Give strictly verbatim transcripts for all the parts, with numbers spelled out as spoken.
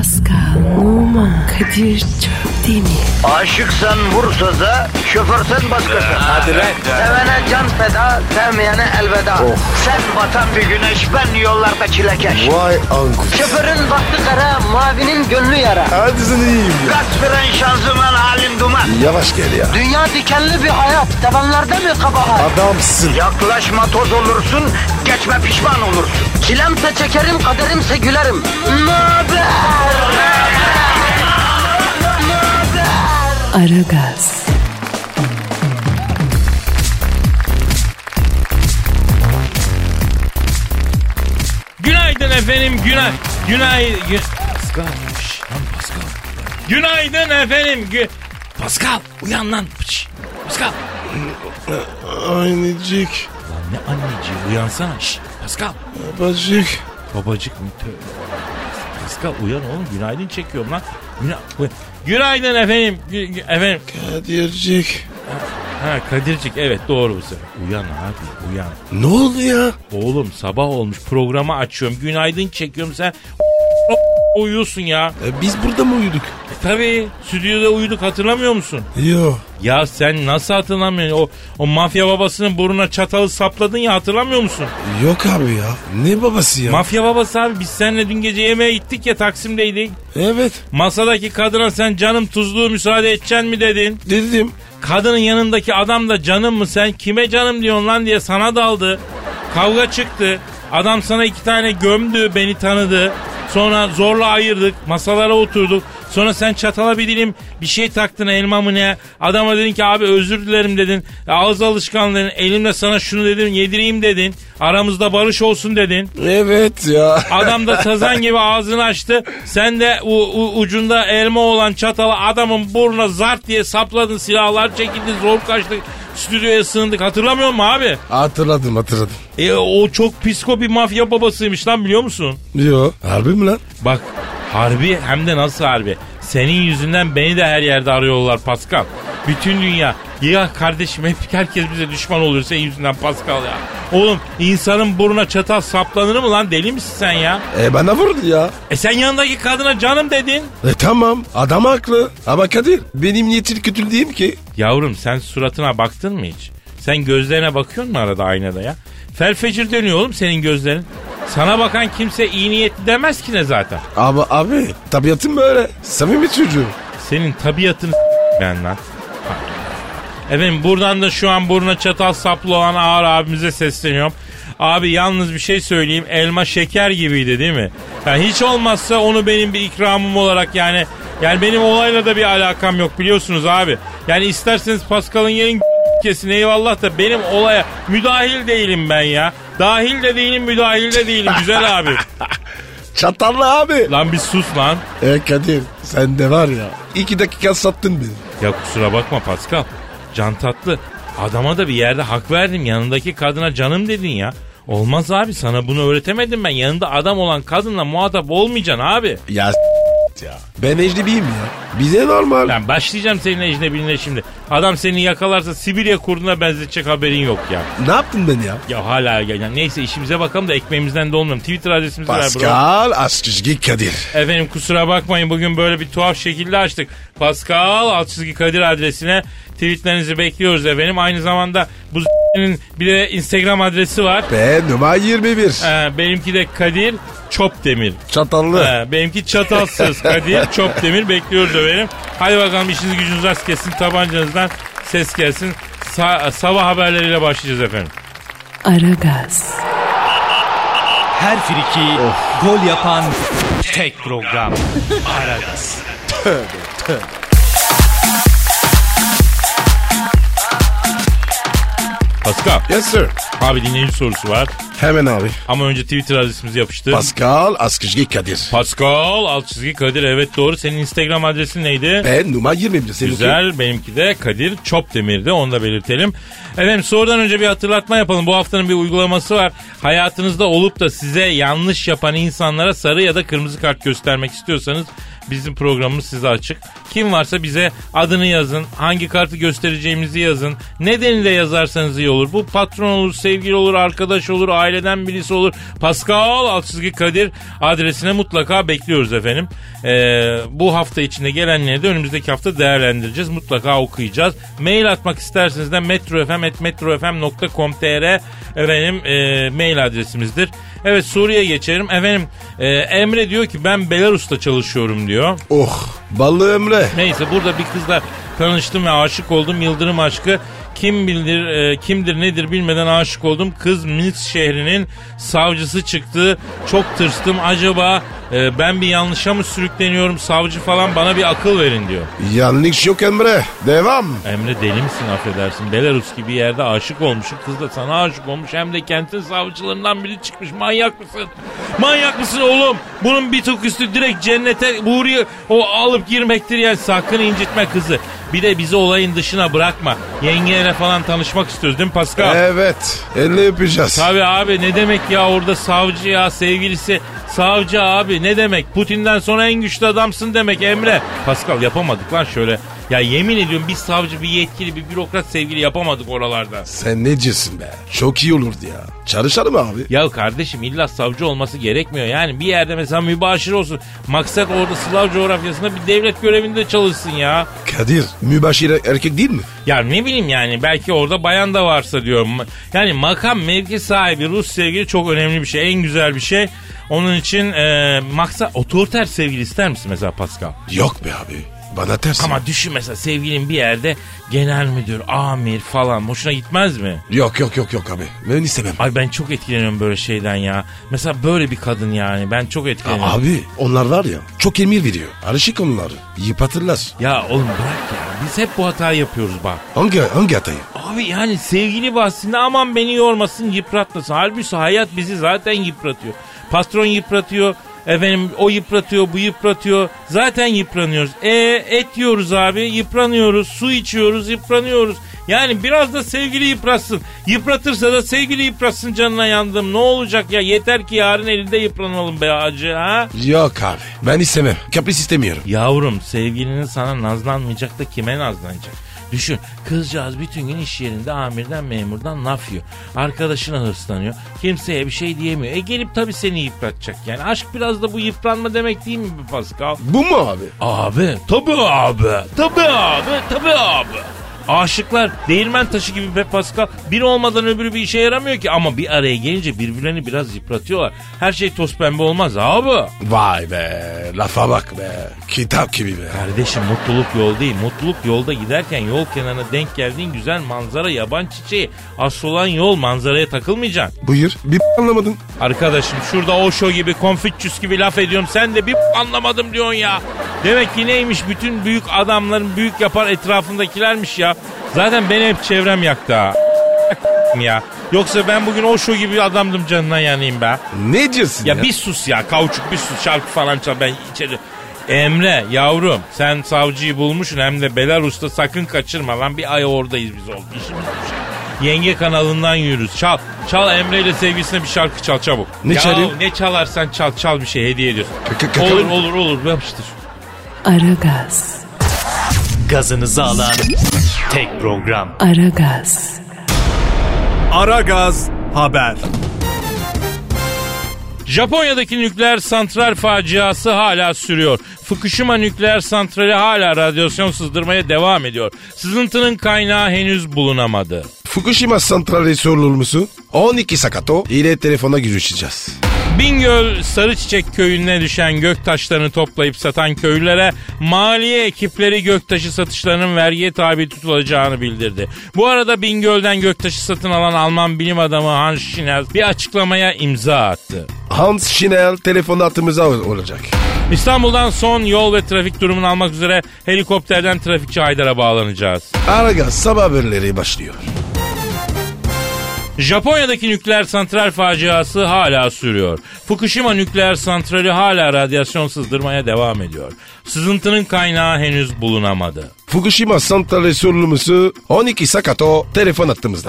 Pascal, Oman, Kadir çok değil mi? Aşıksan vursa da, şoförsen başkasın. Hadi lan. Sevene can feda, sevmeyene elveda. Oh. Sen batan bir güneş, ben yollarda çilekeş. Vay anku. Şoförün baktı kara, mavinin gönlü yara. Hadi sen iyiyim ya. Kasperen şanzıman halin duman. Yavaş gel ya. Dünya dikenli bir hayat, sevenlerde mi kabahar? Adamsın. Yaklaşma toz olursun, geçme pişman olursun. Çilemse çekerim, kaderimse gülerim. Möber! Aragaz. Günaydın efendim, günay, günay, gün... Pascal, şş, lan Pascal. Günaydın efendim, gü... Pascal, uyan lan. Şş, Pascal. Annecik. Lan ne anneciği, uyansana. Şş, Pascal. Babacık. Babacık mı? Tövbe. Pascal uyan oğlum, günaydın çekiyorum lan. Güna... Günaydın efendim, gü... gü... efendim. Kadircik. Ha Kadircik, evet doğru bu sefer. Uyan abi, uyan. Ne oldu ya? Oğlum sabah olmuş, programı açıyorum, günaydın çekiyorum, sen uyuyorsun ya. E, biz burada mı uyuduk? E, tabii stüdyoda uyuduk, hatırlamıyor musun? Yo. Ya sen nasıl hatırlamıyorsun? O, o mafya babasının burnuna çatalı sapladın ya, hatırlamıyor musun? Yok abi ya. Ne babası ya? Mafya babası abi, biz seninle dün gece yemeğe gittik ya, Taksim'deydik. Evet. Masadaki kadına sen canım tuzluğu müsaade edeceksin mi dedin. Dedim. Kadının yanındaki adam da canım mı, sen kime canım diyorsun lan diye sana daldı. Kavga çıktı. Adam sana iki tane gömdü, beni tanıdı. Sonra zorla ayırdık, masalara oturduk. Sonra sen çatala bir dilim bir şey taktın, elma mı ne? Adama dedin ki abi özür dilerim dedin. Ağız alışkanlığı dedin. Elimle sana şunu dedim, yedireyim dedin. Aramızda barış olsun dedin. Evet ya. Adam da sazan gibi ağzını açtı. Sen de u, u, ucunda elma olan çatalı adamın burnuna zart diye sapladın. Silahlar çekildi, zor kaçtık. Stüdyoya sığındık, hatırlamıyor musun abi? Hatırladım hatırladım. E, o çok psiko bir mafya babasıymış lan, biliyor musun? Yo. Harbi mi lan? Bak harbi, hem de nasıl harbi. Senin yüzünden beni de her yerde arıyorlar Pascal. Bütün dünya. Ya kardeşim, hep herkes bize düşman oluyor senin yüzünden Pascal ya. Oğlum insanın burnuna çatal saplanır mı lan, deli misin sen ya? E bana vurdu ya. E sen yanındaki kadına canım dedin. E tamam, adam haklı. Ama Kadir, benim niyetim kötü değil ki. Yavrum sen suratına baktın mı hiç? Sen gözlerine bakıyor musun arada aynada ya? Felfecir dönüyor oğlum senin gözlerin. Sana bakan kimse iyi niyetli demez ki ne zaten. Ama abi tabiatım böyle. Samimi çocuğum. Senin tabiatını ben lan. Efendim buradan da şu an burnuna çatal saplı olan Ağır abimize sesleniyorum. Abi yalnız bir şey söyleyeyim, elma şeker gibiydi değil mi? Yani hiç olmazsa onu benim bir ikramım olarak, yani yani benim olayla da bir alakam yok biliyorsunuz abi. Yani isterseniz Pascal'ın yerin kesin eyvallah da benim olaya müdahil değilim ben ya. Dahil de değilim, müdahil de değilim güzel abi. Çatallı abi. Lan bir sus lan. E Kadir sen de var ya iki dakika sattın beni. Ya kusura bakma Pascal. Can tatlı. Adama da bir yerde hak verdim. Yanındaki kadına canım dedin ya. Olmaz abi, sana bunu öğretemedim ben. Yanında adam olan kadınla muhatap olmayacaksın abi. Ya ya. Ben ecnebiyim ya. Bize normal. Ben başlayacağım senin ecnebinle şimdi. Adam seni yakalarsa Sibirya kurduna benzetecek, haberin yok ya. Ne yaptın ben ya? Ya hala ya. Neyse işimize bakalım da ekmeğimizden de olmayalım. Twitter adresimizi ver bro. Pascal Askışgi Kadir. Efendim kusura bakmayın, bugün böyle bir tuhaf şekilde açtık. Pascal Askışgi Kadir adresine tweetlerinizi bekliyoruz efendim. Aynı zamanda bu z***nin bir de Instagram adresi var. Ben numara yirmi bir. Ee, benimki de Kadir Çopdemir. Çatallı. Ee, benimki çatalsız Kadir Çopdemir, bekliyoruz efendim. Hadi bakalım, işiniz gücünüz rast gelsin, tabancanızdan ses gelsin. Sa- sabah haberleriyle başlayacağız efendim. Aragaz. Her friki gol yapan tek program. Aragaz. Tövbe tövbe. Pascal. Yes sir. Abi dinleyici sorusu var. Hemen abi. Ama önce Twitter adresimizi yapıştır. Pascal Askışgi Kadir. Pascal alt çizgi Kadir, evet doğru. Senin Instagram adresin neydi? Ben numara yirmi bir. Seninki? Güzel, benimki de Kadir Çopdemir'di, onu da belirtelim. Efendim sorudan önce bir hatırlatma yapalım. Bu haftanın bir uygulaması var. Hayatınızda olup da size yanlış yapan insanlara sarı ya da kırmızı kart göstermek istiyorsanız bizim programımız size açık. Kim varsa bize adını yazın, hangi kartı göstereceğimizi yazın. Nedeni de yazarsanız iyi olur. Bu patron olur, sevgili olur, arkadaş olur, aileden birisi olur. Pascal Altçizgi Kadir adresine mutlaka bekliyoruz efendim. Ee, bu hafta içinde gelenleri de önümüzdeki hafta değerlendireceğiz. Mutlaka okuyacağız. Mail atmak isterseniz de metrofm at metrofm nokta com nokta tr efendim e, mail adresimizdir. Evet, Suriye'ye geçelim. Efendim e, Emre diyor ki ben Belarus'ta çalışıyorum diyor. Oh, ballı Emre. Neyse, burada bir kızla tanıştım ve aşık oldum. Yıldırım aşkı. Kim bilir e, kimdir nedir bilmeden aşık oldum. Kız Minsk şehrinin savcısı çıktı. Çok tırstım. Acaba e, ben bir yanlışa mı sürükleniyorum? Savcı falan, bana bir akıl verin diyor. Yanlış yok Emre. Devam. Emre deli misin affedersin? Belarus gibi yerde aşık olmuşsun. Kız da sana aşık olmuş. Hem de kentin savcılarından biri çıkmış. Manyak mısın? Manyak mısın oğlum? Bunun bir tık üstü direkt cennete Huriye o alıp girmektir yani. Sakın incitme kızı. Bir de bizi olayın dışına bırakma. Yengeyle falan tanışmak istiyoruz değil mi Pascal? Evet. Elle öpeceğiz. Tabii abi, ne demek ya orada savcı ya, sevgilisi savcı abi, ne demek? Putin'den sonra en güçlü adamsın demek Emre. Pascal, yapamadık lan şöyle. Ya yemin ediyorum biz savcı, bir yetkili, bir bürokrat sevgili yapamadık oralarda. Sen ne diyorsun be? Çok iyi olurdu ya. Çalışalım abi. Ya kardeşim, illa savcı olması gerekmiyor. Yani bir yerde mesela mübaşir olsun. Maksat orada Slav coğrafyasında bir devlet görevinde çalışsın ya. Kadir, mübaşir erkek değil mi? Ya ne bileyim yani, belki orada bayan da varsa diyorum. Yani makam mevki sahibi Rus sevgili çok önemli bir şey. En güzel bir şey. Onun için e, maksat otoriter sevgili ister misin mesela Pascal? Yok be abi. Bana ters. Ama düşün mesela, sevgilin bir yerde genel müdür, amir falan, hoşuna gitmez mi? Yok yok yok yok abi. Ben istemem. Ay ben çok etkileniyorum böyle şeyden ya. Mesela böyle bir kadın yani, ben çok etkileniyorum. Aa, abi onlar var ya, çok emir veriyor. Alışık onlar. Yıpratırlar. Ya oğlum bırak ya. Biz hep bu hatayı yapıyoruz bak. Hangi, hangi hatayı? Abi yani sevgili bahsinde aman beni yormasın, yıpratmasın. Halbuki hayat bizi zaten yıpratıyor. Patron yıpratıyor. Efendim o yıpratıyor, bu yıpratıyor. Zaten yıpranıyoruz. E et yiyoruz abi, yıpranıyoruz. Su içiyoruz, yıpranıyoruz. Yani biraz da sevgili yıpratsın. Yıpratırsa da sevgili yıpratsın, canına yandım. Ne olacak ya? Yeter ki yarın elinde yıpranalım be acı ha? Yok abi, ben istemem. Kapris istemiyorum. Yavrum, sevgilinin sana nazlanmayacak da kime nazlanacak? Düşün, kızcağız bütün gün iş yerinde amirden memurdan laf yiyor. Arkadaşına hırslanıyor. Kimseye bir şey diyemiyor. E gelip tabii seni yıpratacak yani. Aşk biraz da bu yıpranma demek değil mi Pascal? Bu mu abi? Abi, tabii abi. Tabii abi, tabii abi. Aşıklar değirmen taşı gibi be Pascal. Biri olmadan öbürü bir işe yaramıyor ki. Ama bir araya gelince birbirlerini biraz yıpratıyorlar. Her şey toz pembe olmaz abi. Vay be, lafa bak be. Kitap gibi be. Kardeşim, mutluluk yol değil. Mutluluk yolda giderken yol kenarına denk geldiğin güzel manzara, yaban çiçeği. Asıl olan yol, manzaraya takılmayacaksın. Buyur, bir anlamadın. Arkadaşım şurada Osho gibi, Konfüçyüs gibi laf ediyorum. Sen de bir anlamadım diyorsun ya. Demek ki neymiş, bütün büyük adamların büyük yapar etrafındakilermiş ya. Zaten beni hep çevrem yaktı ha. ya. Yoksa ben bugün Osho gibi adamdım, canına yanayım be. Ne diyorsun ya? Ya bir sus ya, kauçuk bir sus, şarkı falan çal, ben içeri... Emre yavrum, sen savcıyı bulmuşsun, hem de Belarus'ta, sakın kaçırma lan, bir ay oradayız biz oldu. İşimiz bu şey. Yenge kanalından yürürüz. Çal. Çal Emre ile sevgilisine bir şarkı çal çabuk. Ne ya çalayım? Ne çalarsan çal, çal bir şey hediye ediyorsun. K- k- olur olur olur yapıştır. Aragaz. Gazınızı alan tek program. Aragaz. Aragaz Haber. Japonya'daki nükleer santral faciası hala sürüyor. Fukushima nükleer santrali hala radyasyon sızdırmaya devam ediyor. Sızıntının kaynağı henüz bulunamadı. Fukushima santrali sorulmusu on iki Sakato ile telefona görüşeceğiz. Bingöl Sarıçiçek köyüne düşen göktaşlarını toplayıp satan köylülere maliye ekipleri göktaşı satışlarının vergiye tabi tutulacağını bildirdi. Bu arada Bingöl'den göktaşı satın alan Alman bilim adamı Hans Schnell bir açıklamaya imza attı. Hans Schnell telefon hattımıza olacak. İstanbul'dan son yol ve trafik durumunu almak üzere helikopterden trafikçi Haydar'a bağlanacağız. Aragaz sabah haberleri başlıyor. Japonya'daki nükleer santral faciası hala sürüyor. Fukushima nükleer santrali hala radyasyon sızdırmaya devam ediyor. Sızıntının kaynağı henüz bulunamadı. Fukushima santrali sorumlusu on iki Sakato telefon hattımızda.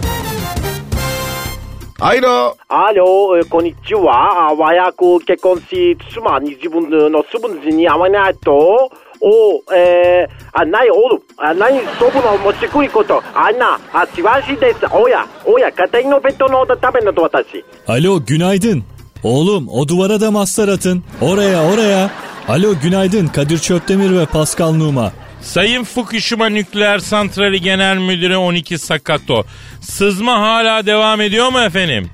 Alo. Alo, konnichiwa. Wayaku kekonshi tsuma nijibun no subun ni amanato. O eee anay oğlum. Anay sobun olması koto. Anna, asivashi desu. Oya, oya, katai no betto no da tabe no watashi. Alo günaydın. Oğlum o duvara da mastar atın. Oraya oraya. Alo günaydın Kadir Çöptemir ve Pascal Numa. Sayın Fukushima Nükleer Santrali Genel Müdürü on iki Sakato. Sızma hala devam ediyor mu efendim?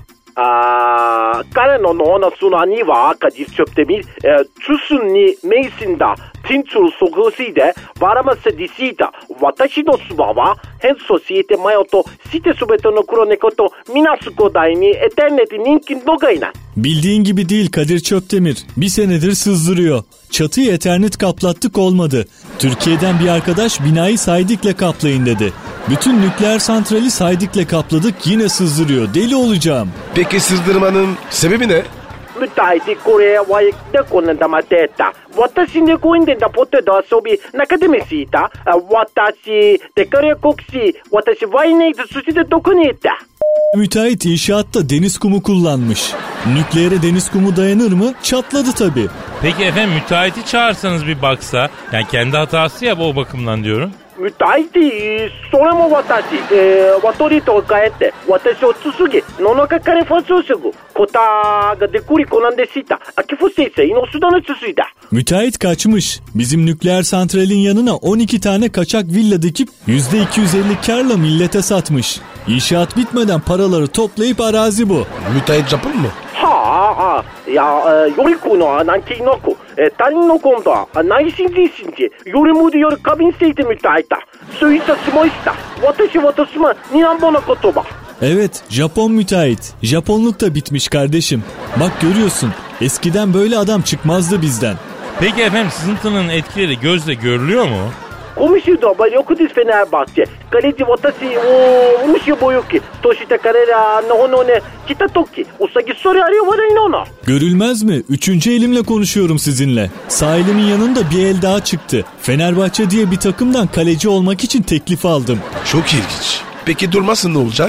Aa,彼のの話すのにはKadir Çöptemir, Tsusun ni meisinda tinchuru sokusi de varamase disita watashi no suba wa henso siete mayo to site subeto no kuro neko to minasu kodai ni eternity ninki no gaina. Bildiğin gibi değil Kadir Çöptemir. Bir senedir sızdırıyor. Çatıyı Ethernet kaplattık olmadı. Türkiye'den bir arkadaş binayı Saydik'le kaplayın dedi. Bütün nükleer santrali Saydik'le kapladık yine sızdırıyor. Deli olacağım. Peki sızdırmanın sebebi ne? Müteahhiti Kore'ye vayıkta konundamatte etta. Watashi ne koinden da pote da asobi nakademesi ita. Watashi tekare koksi. Watashi vainei de sushi de dokuni etta. Müteahhit inşaatta deniz kumu kullanmış. Nükleere deniz kumu dayanır mı? Çatladı tabii. Peki efendim müteahhiti çağırsanız bir baksa. Yani kendi hatası ya o bakımdan diyorum. Müteahhiti, sonra mı watashi, watori to kaete, watashi o tsusugi, nono kakare fasusugu, kota ga dekuri konandeshita, akifuseise inosudanı tsusuida. Müteahhit kaçmış. Bizim nükleer santralin yanına on iki tane kaçak villa dikip yüzde iki yüz elli karla millete satmış. İnşaat bitmeden paraları toplayıp arazi bu. Müteahhit Japon mu? Ha ha, ya yoriku no nanki noku, tarin no kondo, naishinji shinji, yorimudu yori kabinseite müteahhita, suisa sumoista, watashi watasuma ninambo no kotoba. Evet, Japon müteahhit. Japonluk da bitmiş kardeşim. Bak görüyorsun, eskiden böyle adam çıkmazdı bizden. Peki efendim sızıntının etkileri gözle görülüyor mu? Komşuda yoku dis Fenerbahçe. Kaleci watashi o urushi boyuki. Toshita karera no no ne kitatoki. Usagi sori ari warai no no. Görülmez mi? Üçüncü elimle konuşuyorum sizinle. Sağ elimin yanında bir el daha çıktı. Fenerbahçe diye bir takımdan kaleci olmak için teklif aldım. Çok ilginç. Peki durmasın ne olacak?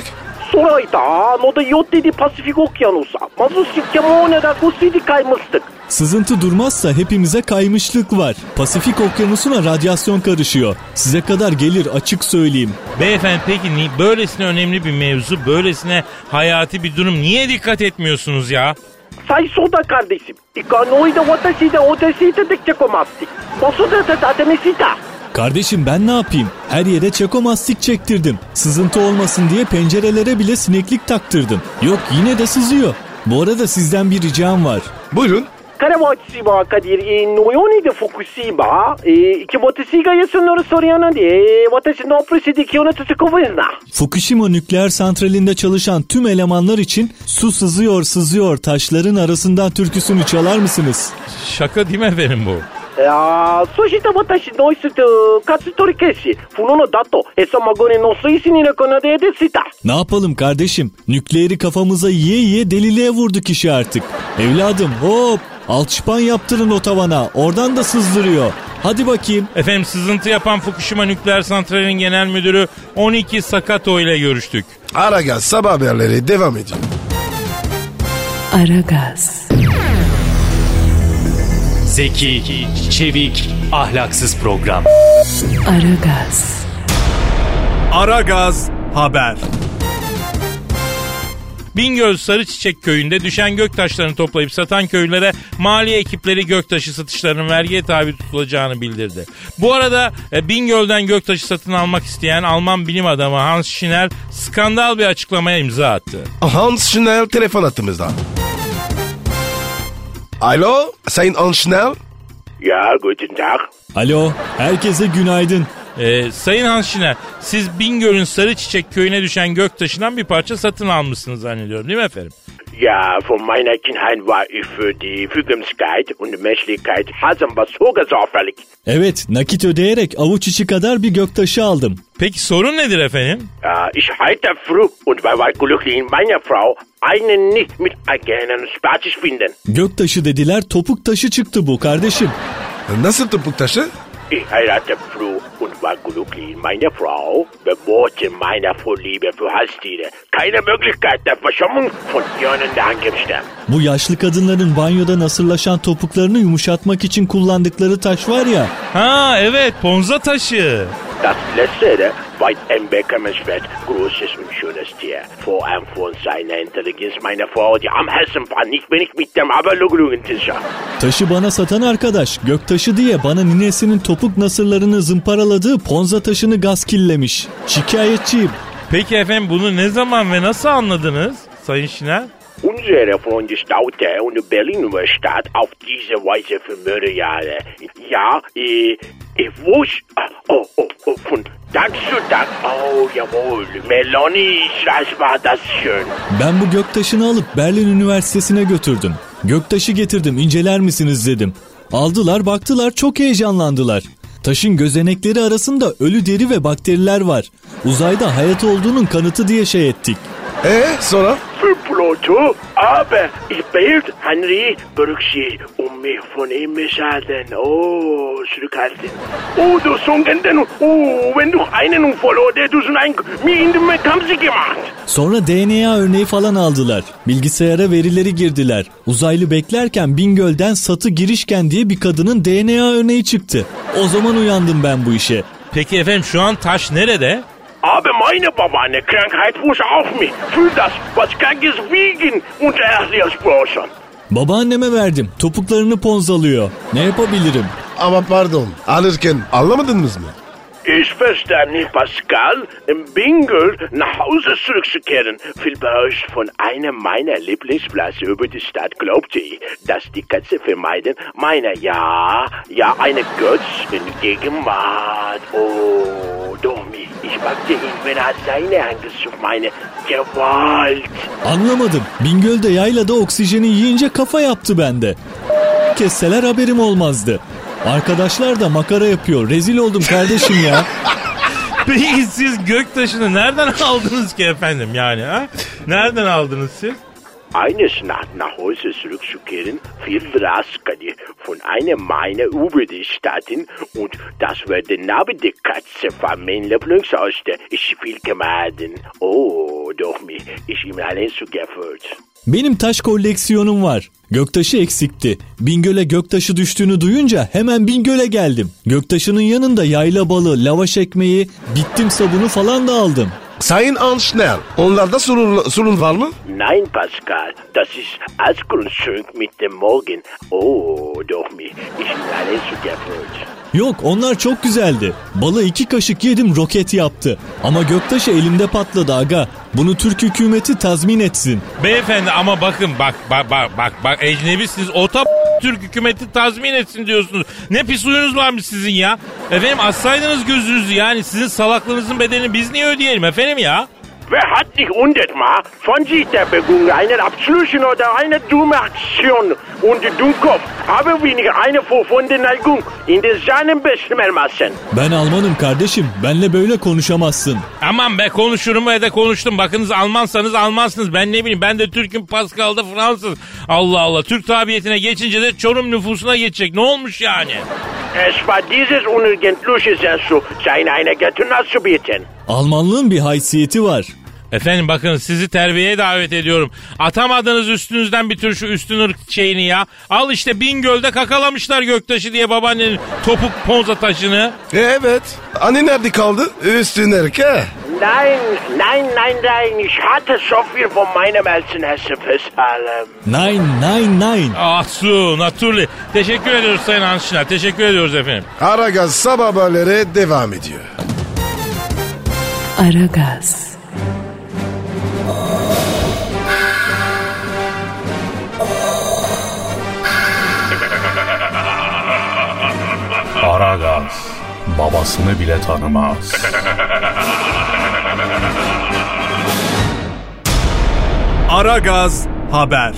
Sorayda no da yotte di Pasifik Okyanusa. Mazu shikemone da kusidi kaymıştık. Sızıntı durmazsa hepimize kaymışlık var. Pasifik Okyanusu'na radyasyon karışıyor. Size kadar gelir açık söyleyeyim. Beyefendi peki ni böylesine önemli bir mevzu, böylesine hayati bir durum niye dikkat etmiyorsunuz ya? Say soda kardeşim. İkanoide watashi de odesite de çekomazdık. Masuda da ademesita. Kardeşim ben ne yapayım? Her yere çekomastik çektirdim. Sızıntı olmasın diye pencerelere bile sineklik taktırdım. Yok yine de sızıyor. Bu arada sizden bir ricam var. Buyurun. Karawachi wa Kadir, no yoni de Fukushima, iki watashi ga yasunori soruyana de, watashi no prosediki onu tsukovizna. Fukushima nükleer santralinde çalışan tüm elemanlar için su sızıyor sızıyor taşların arasından türküsünü çalar mısınız? Şaka değil mi efendim bu? Ya, soshita watashi no isu katsutori keshi, funo no dato, esamagone no suisi ni nakonade edesita. Ne yapalım kardeşim? Nükleeri kafamıza yiye yiye deliliğe vurduk işi artık. Evladım hop! Alçıpan yaptırın o tavana. Oradan da sızdırıyor. Hadi bakayım. Efendim sızıntı yapan Fukushima Nükleer Santrali'nin genel müdürü on iki Sakato ile görüştük. Aragaz sabah haberleri devam ediyor. Aragaz. Zeki, çevik, ahlaksız program. Aragaz. Aragaz haber. Bingöl Sarıçiçek köyünde düşen göktaşlarını toplayıp satan köylülere maliye ekipleri göktaşı satışlarının vergiye tabi tutulacağını bildirdi. Bu arada e, Bingöl'den göktaşı satın almak isteyen Alman bilim adamı Hans Schnell skandal bir açıklamaya imza attı. Hans Schnell telefon hattımızda. Alo, Sayın Hans Schnell. Ya, guten Tag. Alo, herkese günaydın. Ee, Sayın Hans Schnell, siz Bingöl'ün Sarıçiçek köyüne düşen göktaşından bir parça satın almışsınız zannediyorum değil mi efendim? Ja, von meiner Kindheit war ich für die Fügungskeit und die Menschlichkeit hasenbar sorgfältig. Evet, nakit ödeyerek avuç içi kadar bir göktaşı aldım. Peki sorun nedir efendim? Ja, ich halte früh und war glücklich in meiner Frau einen nicht mit eigenen Spaß finden. Göktaşı dediler, topuk taşı çıktı bu kardeşim. Nasıl topuk taşı? Ich heirate Fru und war glücklich in meiner Frau, beboten meiner Vorliebe für Haustiere. Keine Möglichkeit der Verschommung von yönünden Gegenständen. Bu yaşlı kadınların banyoda nasırlaşan topuklarını yumuşatmak için kullandıkları taş var ya. Ha evet, ponza taşı. Das letztere weit unbemerkenswert großes und schönes Tier. Vor allem von seiner Intelligenz meiner Frau, die am Herzen war, nicht bin ich mit dem Aberluglugen sicher. Taşı bana satan arkadaş göktaşı diye bana ninesinin topuk nasırlarını zımparaladığı ponza taşını gaskillemiş. Şikayetçiyim. Peki efendim, bunu ne zaman ve nasıl anladınız Sayın Şener? Unsere Freunde Staute und Berlin-Universität auf diese Weise für mehrere Jahre. Ja, ich, ich wusste, oh, oh, oh, von Tag zu Tag, oh, jawohl, Melanie, das war das schön. Ben bu göktaşını alıp Berlin Üniversitesi'ne götürdüm. Göktaşı getirdim, inceler misiniz dedim. Aldılar, baktılar, çok heyecanlandılar. Taşın gözenekleri arasında ölü deri ve bakteriler var. Uzayda hayat olduğunun kanıtı diye şey ettik. Ee sonra? Für Pluto, aber ich behält Henry Berkshire, um mich von ihm mishalten, oh, zurückhalten. Oh, du Sungenden, oh, wenn du einen verlor, der du so ein mir in den Kampf gemacht. Sonra D N A örneği falan aldılar. Bilgisayara verileri girdiler. Uzaylı beklerken Bingöl'den Satı Girişken diye bir kadının D N A örneği çıktı. O zaman uyandım ben bu işe. Peki efendim, şu an taş nerede? Aber meine Baba, Krankheit muss auf mich. Für das, was krankes Wiegen und Erzlichsbrochen. Babaanneme verdim. Topuklarını ponzalıyor. Ne yapabilirim? Ama pardon, alırken anlamadınız mı? Ich verstehe nicht, Pascal, im Bingöl nach Hause zurückzukehren. Viel beherrscht von einem meiner Lieblingsplätze über die Stadt glaubte ich, dass die Katze vermeiden meine, ja, ja, eine Götz in Gegenwart. Oh, Domi, ich magte ihn, wenn er seine Angst auf meine Gewalt. Anlamadım. Bingöl'de yaylada oksijeni yiyince kafa yaptı bende. Kesseler haberim olmazdı. Arkadaşlar da makara yapıyor. Rezil oldum kardeşim ya. Peki siz göktaşını nereden aldınız ki efendim yani ha? Nereden aldınız siz? Eines Nacht nach Hause zurückzukehren, viel Draskadi von einem meiner Überstaaten und das war der Name der Katze von meinem Lieblingshaus, ich viel gemieden. Oh, doch mich, ich ihm allein so gefühlt. Benim taş koleksiyonum var. Göktaşı eksikti. Bingöl'e göktaşı düştüğünü duyunca hemen Bingöl'e geldim. Göktaşının yanında yayla balığı, lavaş ekmeği, bittim sabunu falan da aldım. Sayın Anschnell, onlarda sorun, sorun var mı? Nein, Pascal, das ist Ausgrundschön mit dem Morgen. Oh, doch mich, ich bin allein so gefühlt. Yok, onlar çok güzeldi. Balığı iki kaşık yedim, roket yaptı. Ama göktaşı elimde patladı aga. Bunu Türk hükümeti tazmin etsin. Beyefendi ama bakın bak bak bak bak, bak ecnebisiniz, o ta Türk hükümeti tazmin etsin diyorsunuz. Ne pis huyunuz varmış sizin ya. Efendim assaydınız gözünüzü, yani sizin salaklığınızın bedelini biz niye ödeyelim efendim ya? Wer hat dich hundertmal von sich der begangen, einen Abschluss oder eine dumme Aktion und Dummkopf, aber weniger eine verfundene Neigung in den seinen Besmelmassen. Ben Almanım kardeşim, benle böyle konuşamazsın. Aman be, konuşurum ve de konuştum. Bakınız Almansanız Almansınız. Ben ne bileyim, ben de Türk'üm, Pascal da Fransız. Allah Allah, Türk tabiyetine geçince de Çorum nüfusuna geçecek. Ne olmuş yani? Es war dieses unerkenntliche Sensu, seine eine Göttin anzubieten. Almanlığın bir haysiyeti var. Efendim bakın, sizi terbiyeye davet ediyorum. Atamadınız üstünüzden bir tür şu üstün ırk şeyini ya. Al işte Bingöl'de kakalamışlar göktaşı diye babaannenin topuk ponza taşını. Evet. Hani nerede kaldı? Üstün erke. Nein, nein, nein, nein, ich hatte so viel von meinem Elternhause Pascal. Nein, nein, nein. Ah su, naturally. Teşekkür ediyoruz Sayın Anşiner. Teşekkür ediyoruz efendim. Aragaz sabah haberleri devam ediyor. Aragaz. Aragaz babasını bile tanımaz. Aragaz haber.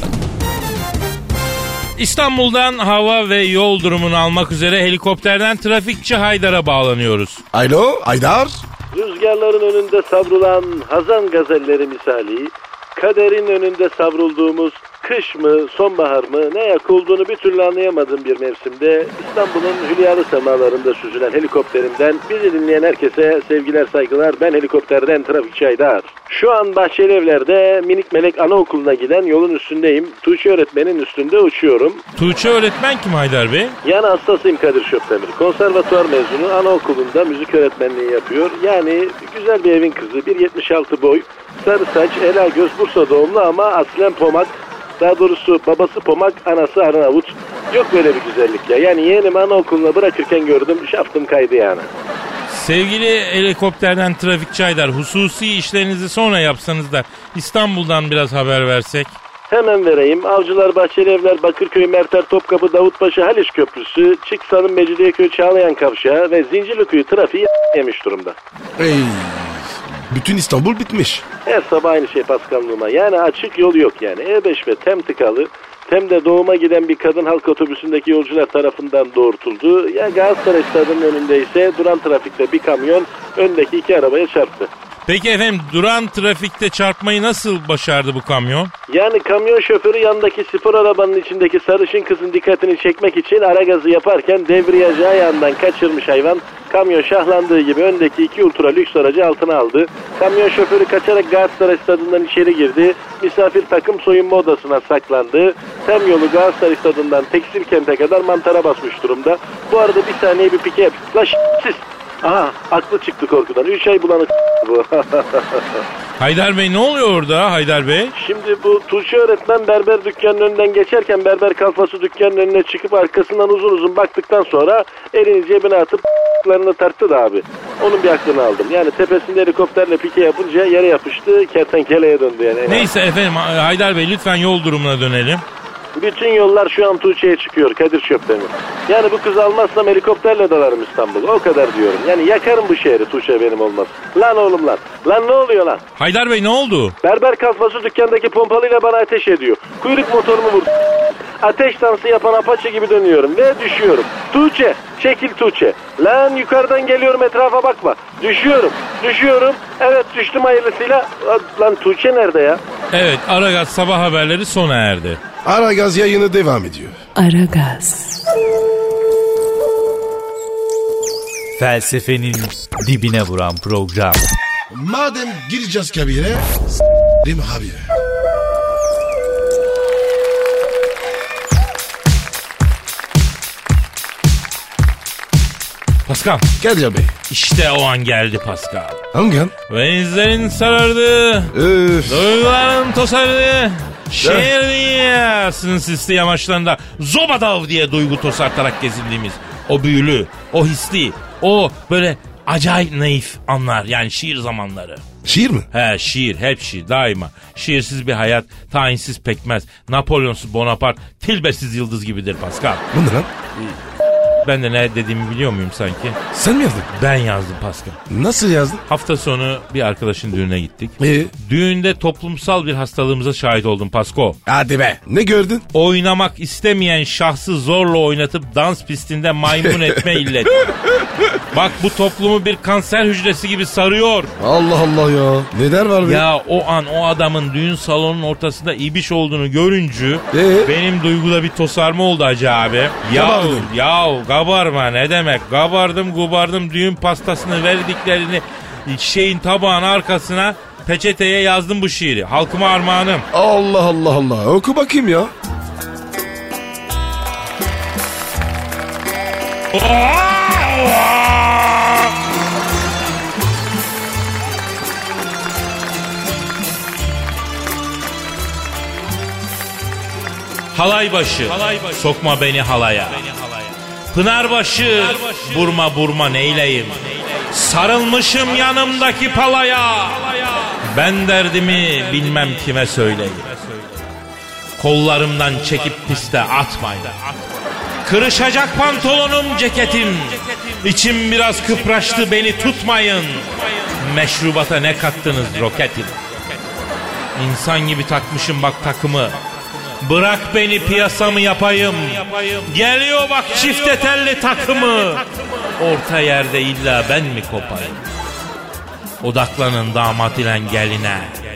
İstanbul'dan hava ve yol durumunu almak üzere helikopterden trafikçi Haydar'a bağlanıyoruz. Alo Haydar. Rüzgarların önünde savrulan hazan gazelleri misali, kaderin önünde savrulduğumuz Kış mı, sonbahar mı, ne yak olduğunu bir türlü anlayamadığım bir mevsimde İstanbul'un hülyalı semalarında süzülen helikopterimden bizi dinleyen herkese sevgiler saygılar. Ben helikopterden Trafikçi Haydar. Şu an Bahçelievler'de Minik Melek Anaokulu'na giden yolun üstündeyim. Tuğçe öğretmenin üstünde uçuyorum. Tuğçe öğretmen kim Haydar Bey? Yani hastasıyım Kadir Şöpdemir. Konservatuvar mezunu, anaokulunda müzik öğretmenliği yapıyor. Yani güzel bir evin kızı, bir yetmiş altı boy, sarı saç, ela göz, Bursa doğumlu ama aslen Pomak. Daha doğrusu babası Pomak, anası Arnavut. Yok böyle bir güzellik ya. Yani yeğenimi anaokuluna bırakırken gördüm, şaftım kaydı yani. Sevgili helikopterden Trafikçi Haydar, hususi işlerinizi sonra yapsanız da İstanbul'dan biraz haber versek. Hemen vereyim. Avcılar, Bahçelievler, Bakırköy, Merter, Topkapı, Davutpaşa, Haliç Köprüsü, Çıksan'ın Mecidiyeköy, Çağlayan Kavşağı ve Zincirlikuyu trafiği yemiş durumda. Ey, bütün İstanbul bitmiş. Her sabah aynı şey Paskal'lığıma. Yani açık yol yok yani. E beş ve tem tıkalı. Tem de doğuma giden bir kadın halk otobüsündeki yolcular tarafından doğrultuldu. Ya Galatasaray Stadı'nın önünde ise duran trafikte bir kamyon öndeki iki arabaya çarptı. Peki efendim, duran trafikte çarpmayı nasıl başardı bu kamyon? Yani kamyon şoförü yandaki spor arabanın içindeki sarışın kızın dikkatini çekmek için ara gazı yaparken devriyajı ayağından kaçırmış hayvan. Kamyon şahlandığı gibi öndeki iki ultra lüks aracı altına aldı. Kamyon şoförü kaçarak Galatasaray Stadı'ndan içeri girdi. Misafir takım soyunma odasına saklandı. Tem yolu Galatasaray Stadı'ndan Tekstil Kent'e kadar mantara basmış durumda. Bu arada bir saniye bir pike yaptık. La siz. Aha, aklı çıktı korkudan. Üç ay bulanık bu. Haydar Bey, ne oluyor orada Haydar Bey? Şimdi bu Tuğçe öğretmen berber dükkanının önünden geçerken berber kalfası dükkanının önüne çıkıp arkasından uzun uzun baktıktan sonra elini cebine atıp larını tarttı da abi. Onun bir aklını aldım. Yani tepesinde helikopterle pike yapınca yere yapıştı, kertenkeleye döndü yani. Neyse efendim Haydar Bey, lütfen yol durumuna dönelim. Bütün yollar şu an Tuğçe'ye çıkıyor Kadir Şöpdemir. Yani bu kızı almazsam helikopterle dalarım İstanbul'a. O kadar diyorum. Yani yakarım bu şehri Tuğçe benim olmaz. Lan oğlum lan. Lan ne oluyor lan? Haydar Bey, ne oldu? Berber kalfası dükkandaki pompalıyla bana ateş ediyor. Kuyruk motorumu vurdu. Ateş dansı yapan apaçı gibi dönüyorum ve düşüyorum. Tuğçe, çekil Tuğçe. Lan yukarıdan geliyorum, etrafa bakma. Düşüyorum, düşüyorum. Evet, düştüm hayırlısıyla. Lan Tuğçe nerede ya? Evet, Aragaz sabah haberleri sona erdi. Aragaz yayını devam ediyor. Aragaz. Felsefenin dibine vuran program. Madem gireceğiz kabire, s***rim abi. Pascal. Kadir Bey. İşte o an geldi Pascal. Hangi an? Denizlerin sarardı. Öf. Duyguların tosardı. Şehir dünyasının sisli yamaçlarında Zobadav diye duygu tosartarak gezindiğimiz o büyülü, o hisli, o böyle acayip naif anlar, yani şiir zamanları. Şiir mi? He, şiir, hep şiir, daima. Şiirsiz bir hayat, tayinsiz pekmez, Napolyonsuz Bonaparte, Tilbesiz yıldız gibidir Pascal. Bu ne lan? Ben de ne dediğimi biliyor muyum sanki? Sen mi yazdın? Ben yazdım Pascal. Nasıl yazdın? Hafta sonu bir arkadaşın düğüne gittik. Ee? Düğünde toplumsal bir hastalığımıza şahit oldum Pasko. Hadi be. Ne gördün? Oynamak istemeyen şahsı zorla oynatıp dans pistinde maymun etme illeti. Bak, bu toplumu bir kanser hücresi gibi sarıyor. Allah Allah ya. Neler var be? Ya o an o adamın düğün salonunun ortasında ibiş olduğunu görünce Ee? benim duyguda bir tosarma oldu hacı abi. Yahu yahu gabarma ne demek? Gabardım gubardım, düğün pastasını verdiklerini şeyin tabağın arkasına peçeteye yazdım bu şiiri. Halkıma armağanım. Allah Allah Allah. Oku bakayım ya. Halay başı, halay başı, sokma beni halaya. Pınarbaşı, burma burma neyleyim. Sarılmışım yanımdaki palaya. Ben derdimi bilmem kime söyleyeyim. Kollarımdan çekip piste atmayın. Kırışacak pantolonum ceketim. İçim biraz kıpraştı, beni tutmayın. Meşrubata ne kattınız roketim. İnsan gibi takmışım bak takımı. Bırak beni piyasamı yapayım. Geliyor bak çifte telli takımı. Orta yerde illa ben mi kopayım? Odaklanın damat ile geline.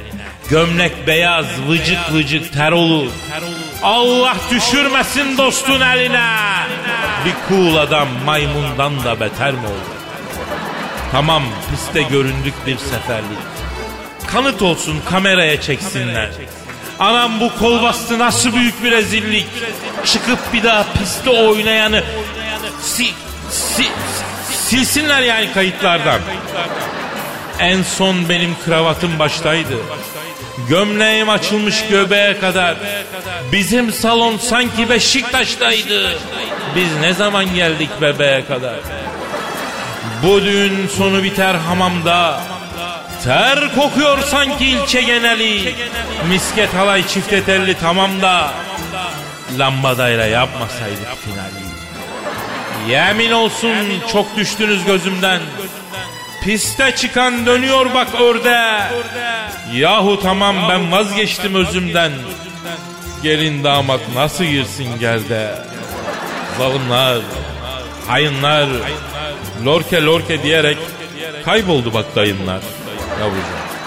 Gömlek beyaz, vıcık vıcık ter olur. Allah düşürmesin dostun eline. Bir cool adam maymundan da beter mi olur? Tamam, piste göründük bir seferlik. Kanıt olsun, kameraya çeksinler. Anam, bu kol bastı nasıl büyük bir rezillik. Çıkıp bir daha piste oynayanı si, si, silsinler yani kayıtlardan. En son benim kravatım baştaydı. Gömleğim açılmış göbeğe kadar. Bizim salon sanki Beşiktaş'taydı. Biz ne zaman geldik bebeğe kadar? Bu düğün sonu biter hamamda. Ter kokuyor sanki ilçe geneli. Misket halay çifte telli tamam da lambadayla yapmasaydık finali. Yemin olsun çok düştünüz gözümden. Piste çıkan dönüyor bak örde. Yahu tamam, ben vazgeçtim özümden. Gelin damat nasıl girsin gerde? Zalimler, hayınlar, lorke lorke diyerek kayboldu bak dayınlar. Yavrucuğum.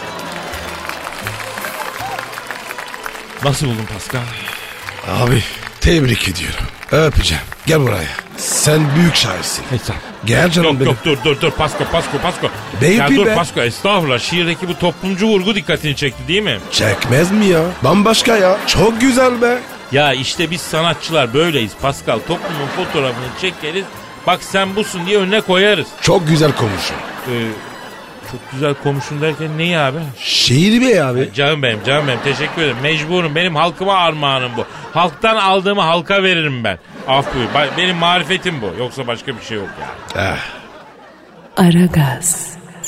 Nasıl buldun Pascal? Abi tebrik ediyorum. Öpeceğim. Gel buraya. Sen büyük şairsin. Neyse. Gel canım yok, benim. Yok dur dur dur Pasko Pasko Pasko. Baby ya dur be. Pasko, estağfurullah, şiirdeki bu toplumcu vurgu dikkatini çekti değil mi? Çekmez mi ya? Bambaşka ya. Çok güzel be. Ya işte biz sanatçılar böyleyiz Pascal. Toplumun fotoğrafını çekeriz. Bak sen busun diye önüne koyarız. Çok güzel konuşun. Ee, çok güzel konuşun derken neyi abi? Şiir be abi. Ya canım benim canım benim teşekkür ederim. Mecburum, benim halkıma armağanım bu. Halktan aldığımı halka veririm ben. Af buyur. Benim marifetim bu. Yoksa başka bir şey yok yani. Ah. Aragaz.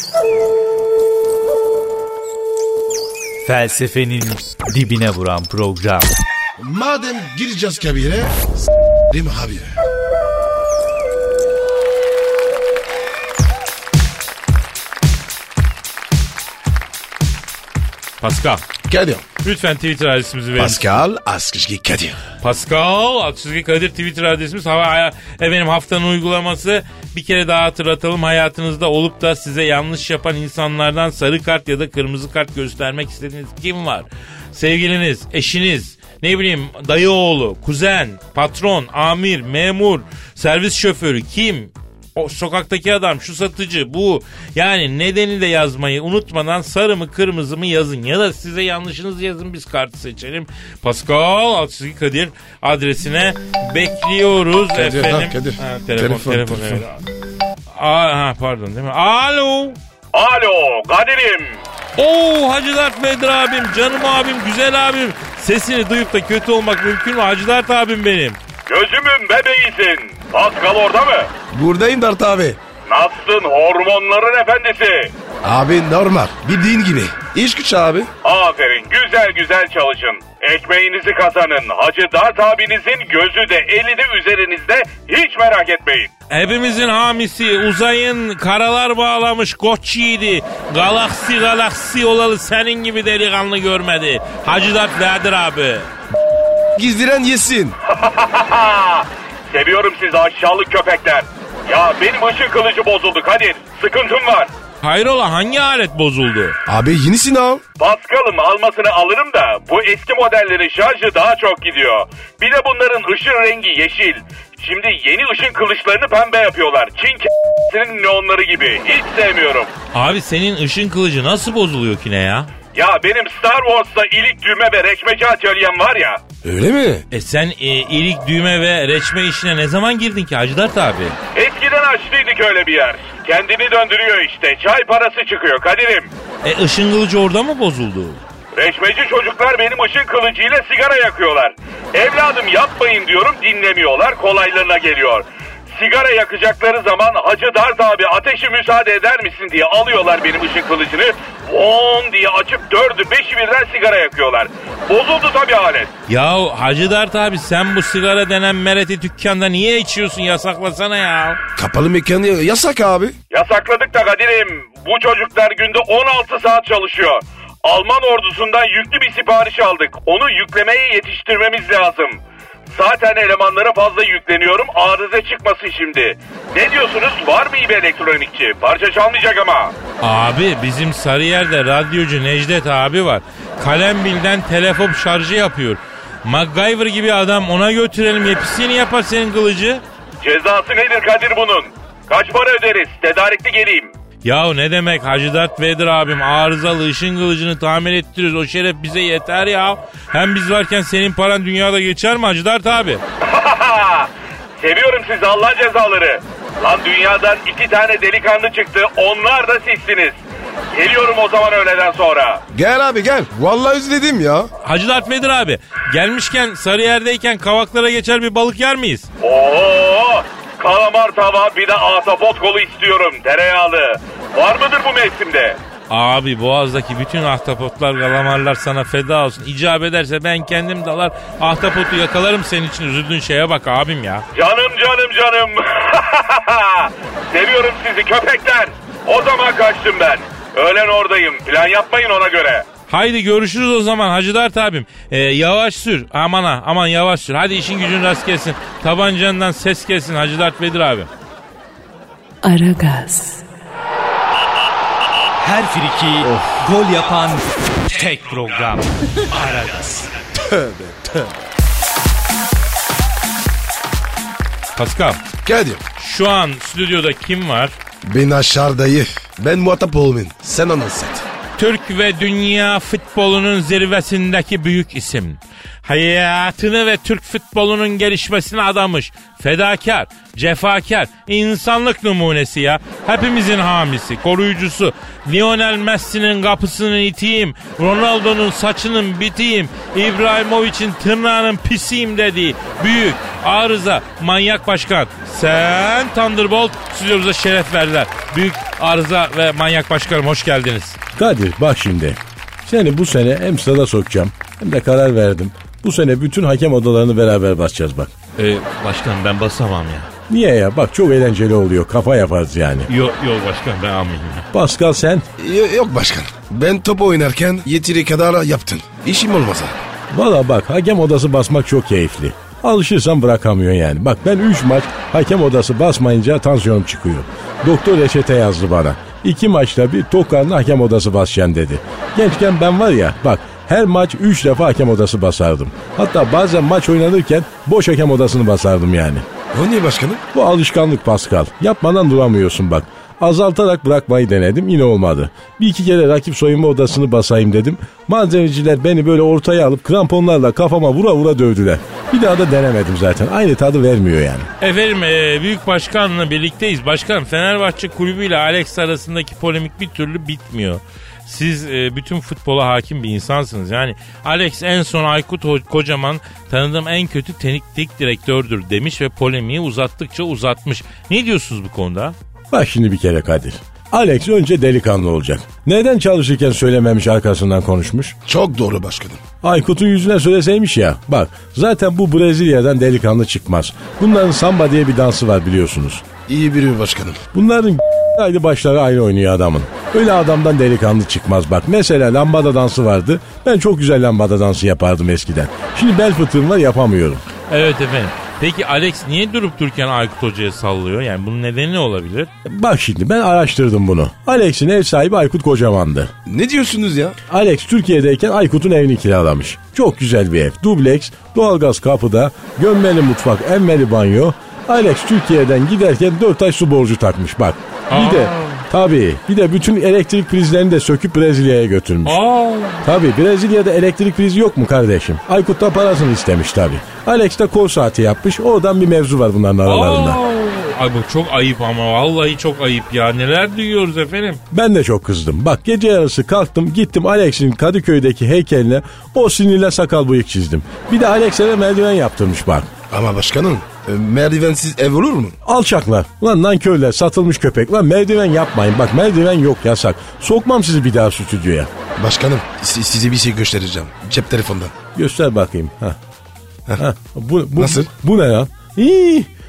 Felsefenin dibine vuran program. Madem gireceğiz kabire, s***rim habire. Pascal, Kadir. lütfen Twitter adresimizi verin. Pascal Askışki Kadir. Pascal Askışki Kadir Twitter adresimiz. Hava, efendim haftanın uygulaması, bir kere daha hatırlatalım. Hayatınızda olup da size yanlış yapan insanlardan sarı kart ya da kırmızı kart göstermek istediğiniz kim var? Sevgiliniz, eşiniz, ne bileyim dayı oğlu, kuzen, patron, amir, memur, servis şoförü, kim? O sokaktaki adam, şu satıcı, bu. Yani nedeni de yazmayı unutmadan sarı mı kırmızı mı yazın. Ya da size yanlışınızı yazın, biz kartı seçelim. Pascal Askışki Kadir adresine bekliyoruz Kadir, efendim. ha, Kadir. Ha, telefon, Telefon, telefon. telefon. Evet. Aa, ha, pardon değil mi? Alo. Alo Kadir'im. Oo, Hacı Dert Vedir abim, canım abim, güzel abim. Sesini duyup da kötü olmak mümkün mü? Hacı Dert abim benim. Gözümün bebeğisin. Pascal orada mı? Buradayım Dert abi. Nasılsın hormonların efendisi? Abi normal. Bildiğin gibi. İş güç abi. Aferin, güzel güzel çalışın. Ekmeğinizi kazanın. Hacı Dert abinizin gözü de eli de üzerinizde, hiç merak etmeyin. Hepimizin hamisi, uzayın karalar bağlamış koç yiğidi. Galaksi galaksi olalı senin gibi delikanlı görmedi. Hacı Dert Vedir abi. Gizdiren yesin. Seviyorum sizi aşağılık köpekler. Ya benim ışın kılıcı bozuldu Kadir. Sıkıntım var. Hayrola, hangi alet bozuldu? Abi yenisini al. Pascal'ım almasını alırım da bu eski modellerin şarjı daha çok gidiyor. Bir de bunların ışın rengi yeşil. Şimdi yeni ışın kılıçlarını pembe yapıyorlar. Çin k***sinin neonları gibi. Hiç sevmiyorum. Abi senin ışın kılıcı nasıl bozuluyor ki ne ya? Ya benim Star Wars'ta ilik düğme ve reçmeci atölyem var ya. Öyle mi? E sen e, ilik düğme ve reçme işine ne zaman girdin ki Hacı Dert abi? Eskiden açtıydık öyle bir yer. Kendini döndürüyor işte. Çay parası çıkıyor Kadir'im. E ışın kılıcı orada mı bozuldu? Reçmeci çocuklar benim ışın kılıcıyla sigara yakıyorlar. Evladım yapmayın diyorum, dinlemiyorlar, kolaylarına geliyor. Sigara yakacakları zaman Hacı Dert abi ateşi müsaade eder misin diye alıyorlar benim ışın kılıcını. On diye açıp dördü beşi birden sigara yakıyorlar. Bozuldu tabii alet. Ya Hacı Dert abi, sen bu sigara denen mereti dükkanda niye içiyorsun, yasaklasana ya. Kapalı mekanı yasak abi. Yasakladık da Kadir'im. Bu çocuklar günde on altı saat çalışıyor. Alman ordusundan yüklü bir sipariş aldık. Onu yüklemeye yetiştirmemiz lazım. Zaten elemanlara fazla yükleniyorum, arıza çıkmasın şimdi. Ne diyorsunuz, var mı iyi bir elektronikçi? Parça çalmayacak ama. Abi bizim Sarıyer'de radyocu Necdet abi var. Kalembil'den telefon şarjı yapıyor. MacGyver gibi adam, ona götürelim, yepisini yapar senin kılıcı. Cezası nedir Kadir bunun? Kaç para öderiz? Tedarikli geleyim. Yahu ne demek Hacı Dert Vedir abim, arızalı ışın kılıcını tamir ettiriyoruz, o şeref bize yeter ya. Hem biz varken senin paran dünyada geçer mi Hacı Dert abi? Seviyorum sizi Allah cezaları. Lan dünyadan iki tane delikanlı çıktı, onlar da sizsiniz. Geliyorum o zaman öğleden sonra. Gel abi gel. Vallahi özledim ya. Hacı Dert Vedir abi, gelmişken Sarıyer'deyken Kavaklara geçer bir balık yer miyiz? Oo, kalamar tava, bir de ahtapot kolu istiyorum, tereyağlı. Var mıdır bu mevsimde? Abi Boğaz'daki bütün ahtapotlar, kalamarlar sana feda olsun. İcap ederse ben kendim dalar ahtapotu yakalarım senin için. Üzüldüğün şeye bak abim ya. Canım canım canım. Seviyorum sizi köpekler. O zaman kaçtım ben. Öğlen oradayım. Plan yapmayın ona göre. Haydi görüşürüz o zaman Hacı Dert abim. Ee, yavaş sür. Aman ha, aman yavaş sür. Hadi işin gücün rast gelsin. Tabancandan ses gelsin Hacı Dert Vedir abim. Aragaz. Her friki gol yapan tek program. Aragaz. Tövbe tövbe. Pascal, Kadir. şu an stüdyoda kim var? Ben aşağıdayı. Ben muhatap olmayayım. Sen anlatsın. Türk ve dünya futbolunun zirvesindeki büyük isim. Hayatını ve Türk futbolunun gelişmesine adamış. Fedakar, cefakar, insanlık numunesi ya. Hepimizin hamisi, koruyucusu. Lionel Messi'nin kapısını iteyim, Ronaldo'nun saçının biteyim, İbrahimovic'in tırnağının pisiyim dediği büyük, arıza, manyak başkan. Sen Thunderbolt, stüdyomuza şeref verdiler. Büyük arıza ve manyak başkanım, hoş geldiniz. Kadir bak şimdi. Seni bu sene hem stada sokacağım hem de karar verdim. Bu sene bütün hakem odalarını beraber basacağız bak. Ee, başkanım ben basamam ya. Niye ya? Bak çok eğlenceli oluyor. Kafa yaparız yani. Yok yok başkanım ben almayayım ya. Pascal sen? Y- yok başkan. Ben top oynarken yeteri kadar yaptın. İşim olmasa. Valla bak hakem odası basmak çok keyifli. Alışırsan bırakamıyorsun yani. Bak ben üç maç hakem odası basmayınca tansiyonum çıkıyor. Doktor reçete yazdı bana. İki maçta bir tok karnına hakem odası basacaksın dedi. Gençken ben var ya bak her maç üç defa hakem odası basardım. Hatta bazen maç oynanırken boş hakem odasını basardım yani. O niye başkanım? Bu alışkanlık Pascal. Yapmadan duramıyorsun bak. Azaltarak bırakmayı denedim yine olmadı. Bir iki kere rakip soyunma odasını basayım dedim. Malzemeciler beni böyle ortaya alıp kramponlarla kafama vura vura dövdüler. Bir daha da denemedim zaten. Aynı tadı vermiyor yani. Efendim e, büyük başkanla birlikteyiz. Başkanım Fenerbahçe kulübüyle Alex arasındaki polemik bir türlü bitmiyor. Siz e, bütün futbola hakim bir insansınız. Yani Alex en son Aykut Kocaman tanıdığım en kötü teknik direktördür demiş ve polemiği uzattıkça uzatmış. Ne diyorsunuz bu konuda? Bak şimdi bir kere Kadir. Alex önce delikanlı olacak. Neden çalışırken söylememiş arkasından konuşmuş? Çok doğru başkanım. Aykut'un yüzüne söyleseymiş ya. Bak zaten bu Brezilya'dan delikanlı çıkmaz. Bunların samba diye bir dansı var biliyorsunuz. İyi biri başkanım. Bunların aynı başları aynı oynuyor adamın. Öyle adamdan delikanlı çıkmaz bak. Mesela lambada dansı vardı. Ben çok güzel lambada dansı yapardım eskiden. Şimdi bel fıtığım var yapamıyorum. Evet efendim. Peki Alex niye durup dururken Aykut Hoca'ya sallıyor? Yani bunun nedeni ne olabilir? Bak şimdi ben araştırdım bunu. Alex'in ev sahibi Aykut Kocaman'dı. Ne diyorsunuz ya? Alex Türkiye'deyken Aykut'un evini kiralamış. Çok güzel bir ev. Dubleks, doğalgaz kapıda, gömmeli mutfak, emmeli banyo. Alex Türkiye'den giderken dört ay su borcu takmış bak. Bir Aa. de tabii bir de bütün elektrik prizlerini de söküp Brezilya'ya götürmüş. Aa. Tabii Brezilya'da elektrik prizi yok mu kardeşim? Aykut da parasını istemiş tabii. Alex de kol saati yapmış. Oradan bir mevzu var bunların aralarında. Aa. Ay bu çok ayıp ama vallahi çok ayıp ya. Neler duyuyoruz efendim? Ben de çok kızdım. Bak gece yarısı kalktım gittim Alex'in Kadıköy'deki heykeline o sinirle sakal bıyık çizdim. Bir de Alex'e de merdiven yaptırmış bak. Ama başkanım merdivensiz ev olur mu? Alçaklar. Lan nankörler satılmış köpek. Lan merdiven yapmayın. Bak merdiven yok yasak. Sokmam sizi bir daha stüdyoya. Başkanım si- size bir şey göstereceğim. Cep telefondan. Göster bakayım. Ha. Ha. Bu, bu, Nasıl? Bu, bu ne lan? İyi.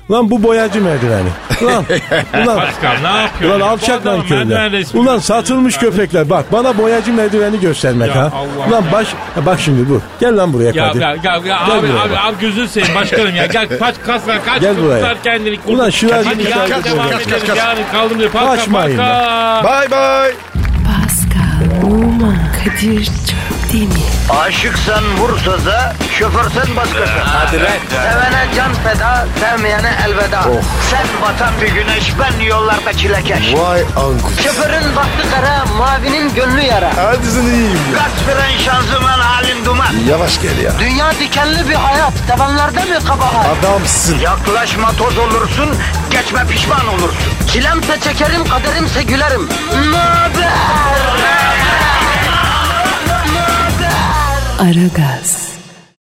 Lan bu boyacı merdiveni. Ulan, ulan, Pascal ne yapıyorsun? ulan alçak Bu adamın lan köyler. merdiven resmi Ulan gösteriyor. satılmış köpekler. Bak bana boyacı merdiveni göstermek Ya ha. Allah Ulan ya. baş, bak şimdi bu. Gel lan buraya Ya, Kadir. ya, ya, ya Gel abi buraya abi bak. abi gözünü seveyim başkanım ya. Gel kaç kas ver kaç Gel buraya. kurtar kendini. Kurtar. Ulan şıracı Hadi müsaade yarın edin. devam Kaç, kaç, edelim. kaç. Yarın kaldım diye. Paka Kaçmayın paka. Bye bye. Pascal, Oman, Kadir çok değil mi? Aşıksan vursa da, şoförsen başkasın. Hadi lan. Sevene can feda, sevmeyene elveda. Sen batan bir güneş, ben yollarda çilekeş. Vay anku. Şoförün baktı kara, mavinin gönlü yara. Hadi sen iyiyim ya. Kasperen şanzıman halin duman. Yavaş gel ya. Dünya dikenli bir hayat, sevenlerde mi kabahar? Adamsın. Yaklaşma toz olursun, geçme pişman olursun. Çilemse çekerim, kaderimse gülerim. Möber! Aragaz.